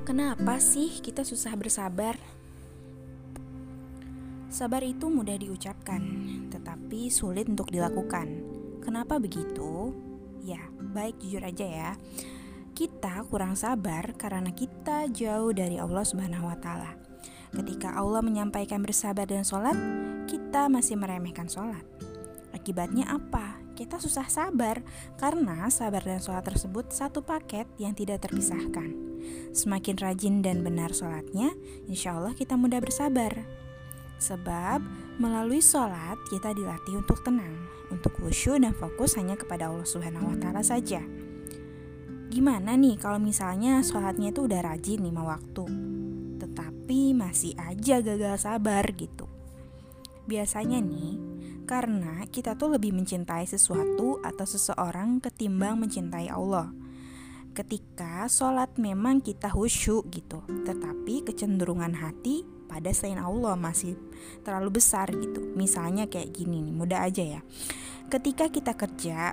Kenapa sih kita susah bersabar? Sabar itu mudah diucapkan, tetapi sulit untuk dilakukan. Kenapa begitu? Ya, baik jujur aja ya. Kita kurang sabar karena kita jauh dari Allah Subhanahu wa taala. Ketika Allah menyampaikan bersabar dan sholat, kita masih meremehkan sholat. Akibatnya apa? Kita susah sabar karena sabar dan sholat tersebut satu paket yang tidak terpisahkan. Semakin rajin dan benar sholatnya, insya Allah kita mudah bersabar. Sebab melalui sholat kita dilatih untuk tenang, untuk khusyuk dan fokus hanya kepada Allah Subhanahu wa taala saja. Gimana nih kalau misalnya sholatnya itu udah rajin 5 waktu, tetapi masih aja gagal sabar gitu? Biasanya nih, karena kita tuh lebih mencintai sesuatu atau seseorang ketimbang mencintai Allah. Ketika sholat memang kita khusyuk gitu, tetapi kecenderungan hati pada selain Allah masih terlalu besar gitu. Misalnya kayak gini nih, mudah aja ya. Ketika kita kerja,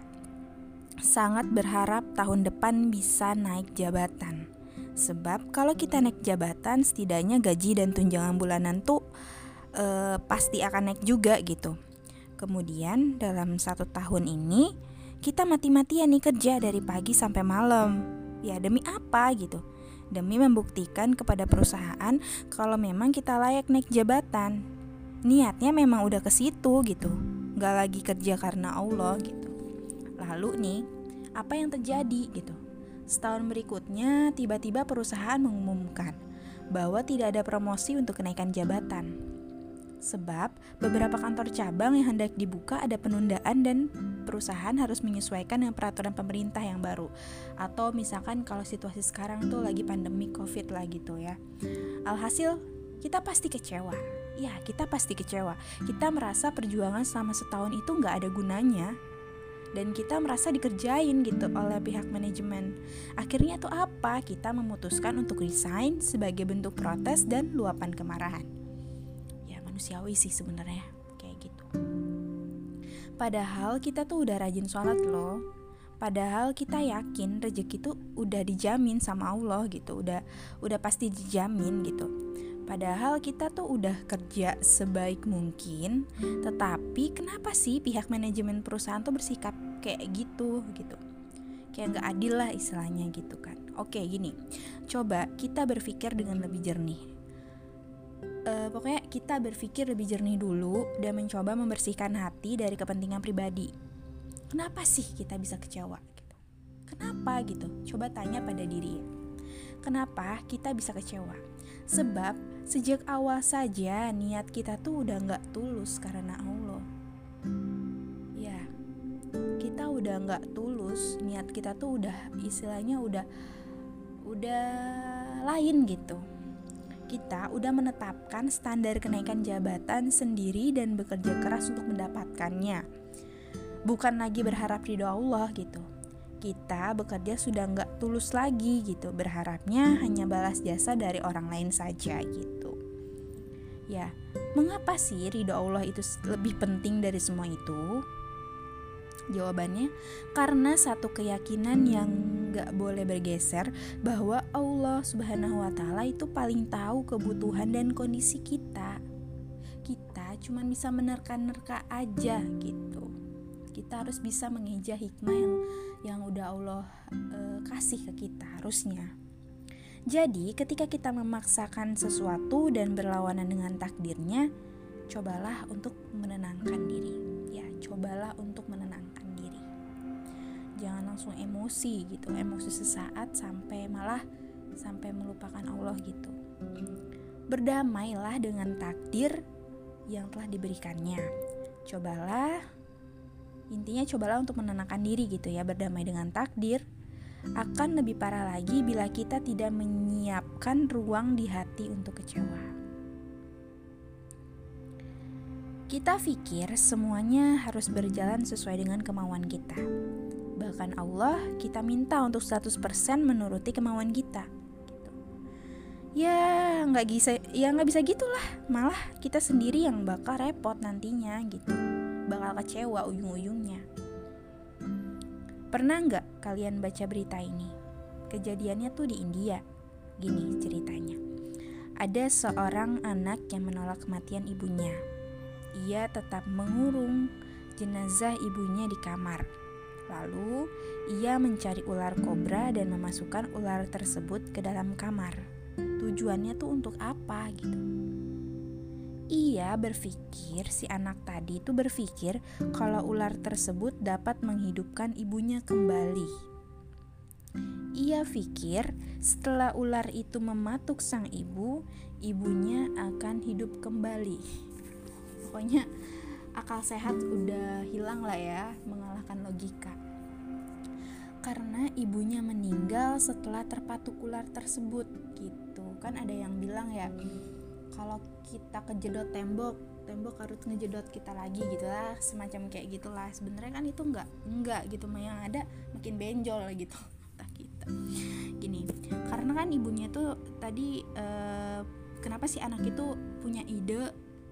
sangat berharap tahun depan bisa naik jabatan. Sebab kalau kita naik jabatan, setidaknya gaji dan tunjangan bulanan tuh pasti akan naik juga gitu. Kemudian dalam 1 tahun ini kita mati-matian nih kerja dari pagi sampai malam. Ya demi apa gitu? Demi membuktikan kepada perusahaan kalau memang kita layak naik jabatan. Niatnya memang udah ke situ gitu, gak lagi kerja karena Allah gitu. Lalu nih, apa yang terjadi gitu? Setahun berikutnya tiba-tiba perusahaan mengumumkan bahwa tidak ada promosi untuk kenaikan jabatan. Sebab beberapa kantor cabang yang hendak dibuka ada penundaan dan perusahaan harus menyesuaikan dengan peraturan pemerintah yang baru. Atau misalkan kalau situasi sekarang tuh lagi pandemi COVID lah gitu ya. Alhasil kita pasti kecewa. Ya, kita pasti kecewa. Kita merasa perjuangan selama setahun itu gak ada gunanya. Dan kita merasa dikerjain gitu oleh pihak manajemen. Akhirnya tuh apa? Kita memutuskan untuk resign sebagai bentuk protes dan luapan kemarahan. Manusiawi sih sebenarnya kayak gitu. Padahal kita tuh udah rajin sholat loh. Padahal kita yakin rezeki tuh udah dijamin sama Allah gitu. Udah pasti dijamin gitu. Padahal kita tuh udah kerja sebaik mungkin, tetapi kenapa sih pihak manajemen perusahaan tuh bersikap kayak gitu gitu? Kayak gak adil lah istilahnya gitu kan. Oke gini, coba kita berpikir dengan lebih jernih. Pokoknya kita berpikir lebih jernih dulu dan mencoba membersihkan hati dari kepentingan pribadi. Kenapa sih kita bisa kecewa gitu? Kenapa gitu? Coba tanya pada diri. Kenapa kita bisa kecewa? Sebab sejak awal saja niat kita tuh udah gak tulus karena Allah. Ya, kita udah gak tulus. Niat kita tuh udah istilahnya udah lain gitu. Kita udah menetapkan standar kenaikan jabatan sendiri dan bekerja keras untuk mendapatkannya. Bukan lagi berharap ridho Allah gitu. Kita bekerja sudah gak tulus lagi gitu. Berharapnya hanya balas jasa dari orang lain saja gitu. Ya, mengapa sih ridho Allah itu lebih penting dari semua itu? Jawabannya, karena satu keyakinan yang gak boleh bergeser, bahwa Allah Subhanahu wa taala itu paling tahu kebutuhan dan kondisi kita. Kita cuma bisa menerka-nerka aja gitu. Kita harus bisa mengeja hikmah yang udah Allah kasih ke kita harusnya. Jadi ketika kita memaksakan sesuatu dan berlawanan dengan takdirnya, cobalah untuk menenangkan diri. Ya, cobalah untuk menenangkan diri. Jangan langsung emosi gitu, emosi sesaat sampai melupakan Allah gitu. Berdamailah dengan takdir yang telah diberikannya. Cobalah untuk menenangkan diri gitu ya, berdamai dengan takdir. Akan lebih parah lagi bila kita tidak menyiapkan ruang di hati untuk kecewa. Kita pikir semuanya harus berjalan sesuai dengan kemauan kita. Bahkan Allah kita minta untuk 100% menuruti kemauan kita gitu. Ya gak bisa gitulah. Malah kita sendiri yang bakal repot nantinya gitu. Bakal kecewa ujung-ujungnya. Pernah gak kalian baca berita ini? Kejadiannya tuh di India. Gini ceritanya. Ada seorang anak yang menolak kematian ibunya. Ia tetap mengurung jenazah ibunya di kamar. Lalu ia mencari ular kobra dan memasukkan ular tersebut ke dalam kamar. Tujuannya tuh untuk apa gitu? Ia berpikir, si anak tadi itu berpikir kalau ular tersebut dapat menghidupkan ibunya kembali. Ia pikir setelah ular itu mematuk sang ibu, ibunya akan hidup kembali. Pokoknya akal sehat udah hilang lah ya, mengalahkan logika. Karena ibunya meninggal setelah terpatuk ular tersebut gitu. Kan ada yang bilang ya, kalau kita kejedot tembok harus ngejedot kita lagi gitu lah, semacam kayak gitulah. Sebenarnya kan itu enggak gitu, yang ada makin benjol gitu. Gini, karena kan ibunya tuh tadi kenapa sih anak itu punya ide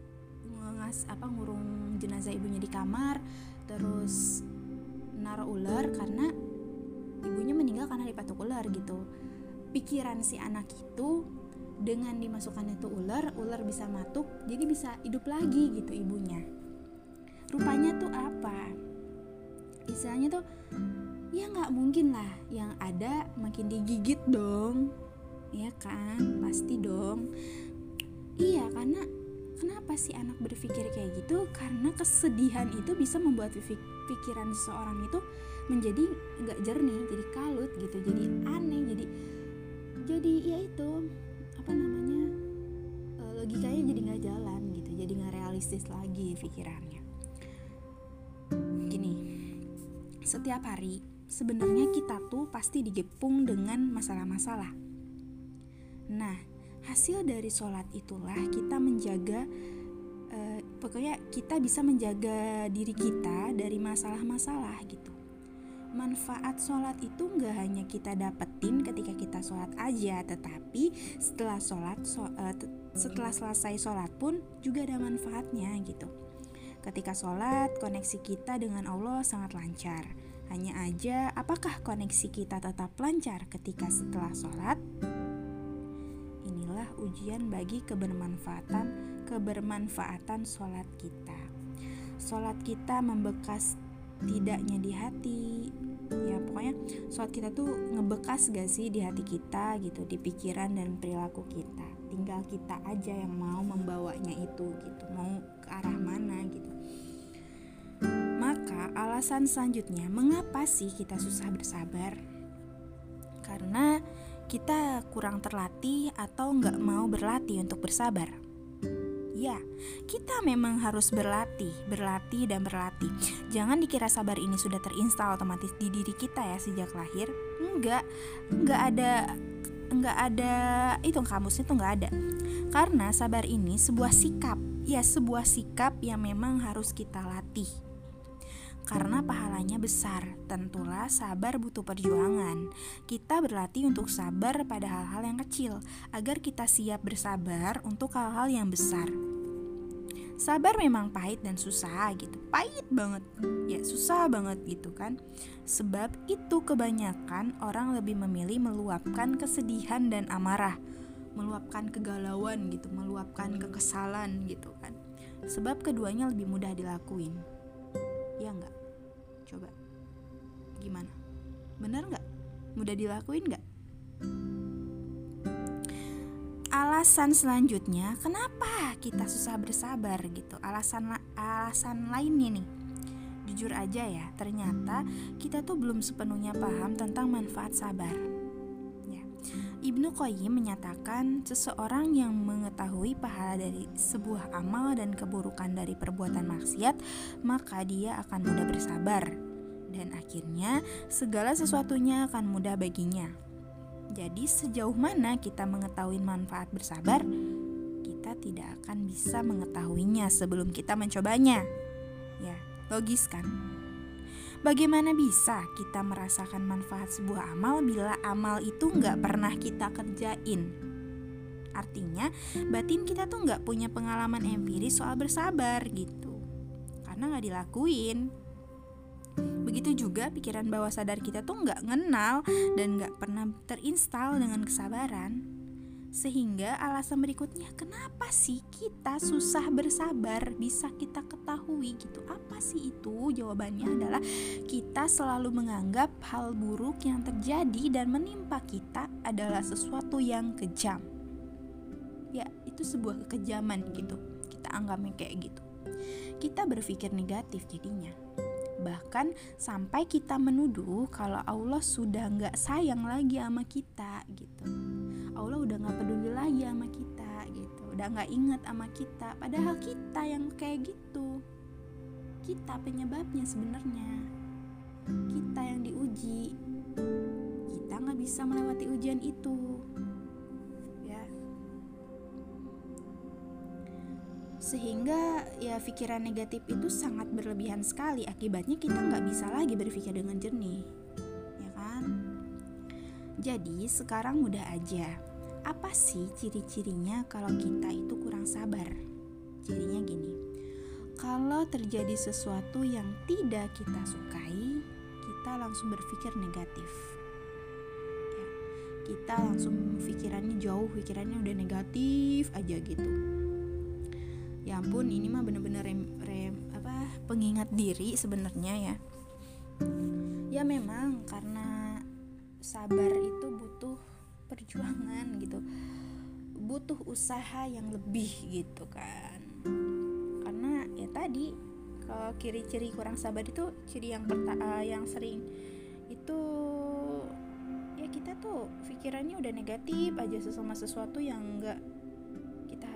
ngurung jenazah ibunya di kamar, terus naruh ular karena ibunya meninggal karena dipatuk ular gitu. Pikiran si anak itu dengan dimasukkannya tuh ular bisa matuk, jadi bisa hidup lagi gitu ibunya. Rupanya tuh apa? Istilahnya tuh ya nggak mungkin lah, yang ada makin digigit dong, ya kan, pasti dong. Iya, karena kenapa sih anak berpikir kayak gitu? Karena kesedihan itu bisa membuat pikiran seseorang itu menjadi nggak jernih, jadi kalut gitu, jadi aneh, jadi ya itu logikanya jadi nggak jalan gitu, jadi nggak realistis lagi pikirannya. Gini, setiap hari sebenarnya kita tuh pasti digepung dengan masalah-masalah. Nah, hasil dari sholat itulah kita menjaga, pokoknya kita bisa menjaga diri kita dari masalah-masalah gitu. Manfaat sholat itu gak hanya kita dapetin ketika kita sholat aja, tetapi setelah selesai sholat pun juga ada manfaatnya gitu. Ketika sholat, koneksi kita dengan Allah sangat lancar. Hanya aja, apakah koneksi kita tetap lancar ketika setelah sholat? Inilah ujian bagi kebermanfaatan sholat kita. Sholat kita membekas tidaknya di hati. Ya pokoknya sholat kita tuh ngebekas gak sih di hati kita gitu, di pikiran dan perilaku kita. Tinggal kita aja yang mau membawanya itu gitu, mau ke arah mana gitu. Maka alasan selanjutnya, mengapa sih kita susah bersabar? Karena kita kurang terlatih atau gak mau berlatih untuk bersabar. Ya, kita memang harus berlatih. Jangan dikira sabar ini sudah terinstal otomatis di diri kita ya sejak lahir. Enggak ada itu, kamusnya tuh enggak ada. Karena sabar ini sebuah sikap yang memang harus kita latih. Karena pahalanya besar, tentulah sabar butuh perjuangan. Kita berlatih untuk sabar pada hal-hal yang kecil, agar kita siap bersabar untuk hal-hal yang besar. Sabar memang pahit dan susah gitu, pahit banget, ya susah banget gitu kan. Sebab itu kebanyakan orang lebih memilih meluapkan kesedihan dan amarah, meluapkan kegalauan gitu, meluapkan kekesalan gitu kan. Sebab keduanya lebih mudah dilakuin. Ya enggak? Coba gimana? Benar enggak? Mudah dilakuin enggak? Alasan selanjutnya, kenapa kita susah bersabar gitu? Alasan lainnya nih. Jujur aja ya, ternyata kita tuh belum sepenuhnya paham tentang manfaat sabar. Ya. Ibnu Qayyim menyatakan seseorang yang mengetahui pahala dari sebuah amal dan keburukan dari perbuatan maksiat, maka dia akan mudah bersabar dan akhirnya segala sesuatunya akan mudah baginya. Jadi sejauh mana kita mengetahui manfaat bersabar, kita tidak akan bisa mengetahuinya sebelum kita mencobanya. Ya, logis kan? Bagaimana bisa kita merasakan manfaat sebuah amal bila amal itu gak pernah kita kerjain? Artinya batin kita tuh gak punya pengalaman empiris soal bersabar gitu, karena gak dilakuin. Begitu juga pikiran bawah sadar kita tuh nggak ngenal dan nggak pernah terinstal dengan kesabaran. Sehingga alasan berikutnya, kenapa sih kita susah bersabar, bisa kita ketahui gitu. Apa sih itu? Jawabannya adalah kita selalu menganggap hal buruk yang terjadi dan menimpa kita adalah sesuatu yang kejam. Ya, itu sebuah kekejaman gitu. Kita anggapnya kayak gitu. Kita berpikir negatif jadinya. Bahkan sampai kita menuduh kalau Allah sudah gak sayang lagi sama kita gitu. Allah udah gak peduli lagi sama kita gitu, udah gak inget sama kita. Padahal kita yang kayak gitu. Kita penyebabnya sebenarnya. Kita yang diuji. Kita gak bisa melewati ujian itu ya. Sehingga ya pikiran negatif itu sangat berlebihan sekali. Akibatnya kita gak bisa lagi berpikir dengan jernih, ya kan? Jadi sekarang mudah aja. Apa sih ciri-cirinya kalau kita itu kurang sabar? Cirinya gini. Kalau terjadi sesuatu yang tidak kita sukai, kita langsung berpikir negatif. Ya, kita langsung pikirannya jauh, pikirannya udah negatif aja gitu. Ya ampun, ini mah bener-bener pengingat diri sebenarnya ya. Ya memang karena sabar itu butuh perjuangan gitu, butuh usaha yang lebih gitu kan. Karena ya tadi, kalau ciri-ciri kurang sabar itu ciri yang sering itu ya, kita tuh pikirannya udah negatif aja sama sesuatu yang enggak kita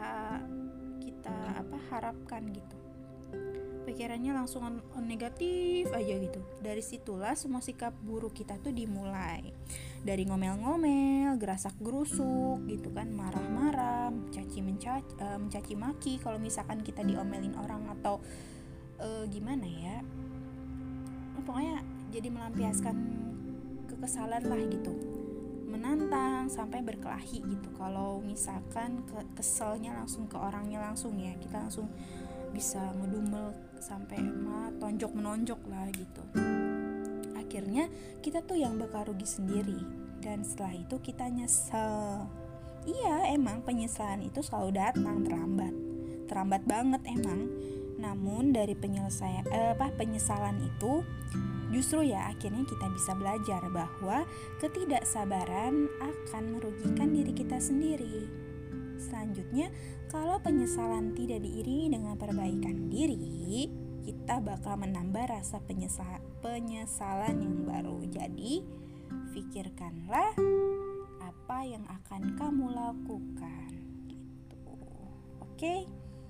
harapkan gitu. Pikirannya langsung negatif aja gitu. Dari situlah semua sikap buruk kita tuh dimulai. Dari ngomel-ngomel, gerasak-gerusuk gitu kan, marah-marah, mencaci maki kalau misalkan kita diomelin orang atau gimana ya. Pokoknya jadi melampiaskan kekesalan lah gitu. Menantang sampai berkelahi gitu. Kalau misalkan keselnya langsung ke orangnya langsung ya, kita langsung bisa ngedumel sampai tonjok menonjok lah gitu. Akhirnya kita tuh yang bakal rugi sendiri, dan setelah itu kita nyesel. Iya, emang penyesalan itu selalu datang terlambat banget emang. Namun dari penyesalan itu justru ya akhirnya kita bisa belajar bahwa ketidaksabaran akan merugikan diri kita sendiri. Selanjutnya, kalau penyesalan tidak diiringi dengan perbaikan diri, kita bakal menambah rasa penyesalan yang baru. Jadi, pikirkanlah apa yang akan kamu lakukan gitu. Oke?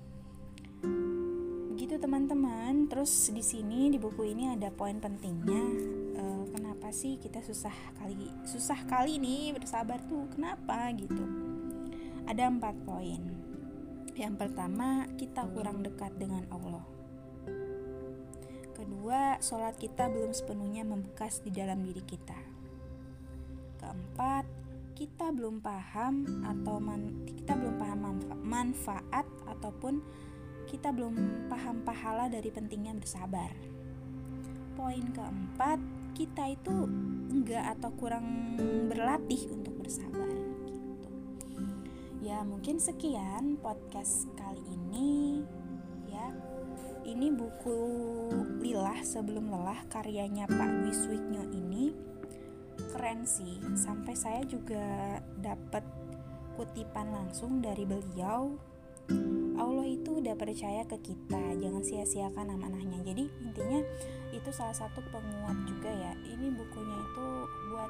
Begitu teman-teman. Terus di sini di buku ini ada poin pentingnya. Kenapa sih kita susah kali nih bersabar tuh? Kenapa gitu? Ada 4 poin. Yang pertama, kita kurang dekat dengan Allah. Kedua, sholat kita belum sepenuhnya membekas di dalam diri kita. Keempat, kita belum paham manfaat ataupun kita belum paham pahala dari pentingnya bersabar. Poin keempat, kita itu enggak atau kurang berlatih untuk bersabar. Ya mungkin sekian podcast kali ini ya. Ini buku Lilah Sebelum Lelah karyanya Pak Dwi Suwiknyo ini keren sih. Sampai saya juga dapat kutipan langsung dari beliau. Allah itu udah percaya ke kita, jangan sia-siakan amanahnya. Jadi intinya itu salah satu penguat juga ya. Ini bukunya itu buat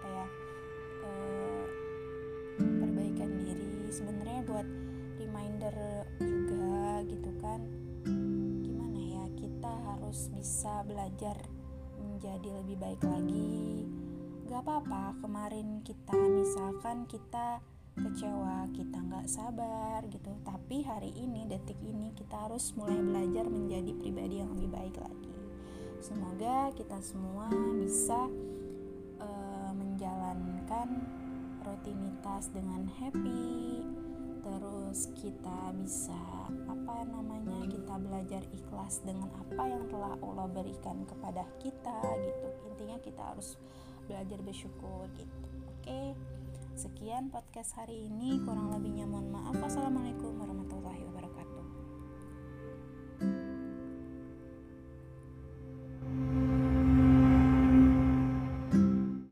perbaikan diri, sebenarnya buat reminder juga gitu kan. Gimana ya, kita harus bisa belajar menjadi lebih baik lagi. Gak apa-apa kemarin misalkan kita kecewa, kita gak sabar gitu, tapi hari ini, detik ini kita harus mulai belajar menjadi pribadi yang lebih baik lagi. Semoga kita semua bisa menjalankan rutinitas dengan happy, terus kita bisa kita belajar ikhlas dengan apa yang telah Allah berikan kepada kita gitu. Intinya kita harus belajar bersyukur gitu. Oke, sekian podcast hari ini, kurang lebihnya mohon maaf. Wassalamualaikum warahmatullahi wabarakatuh.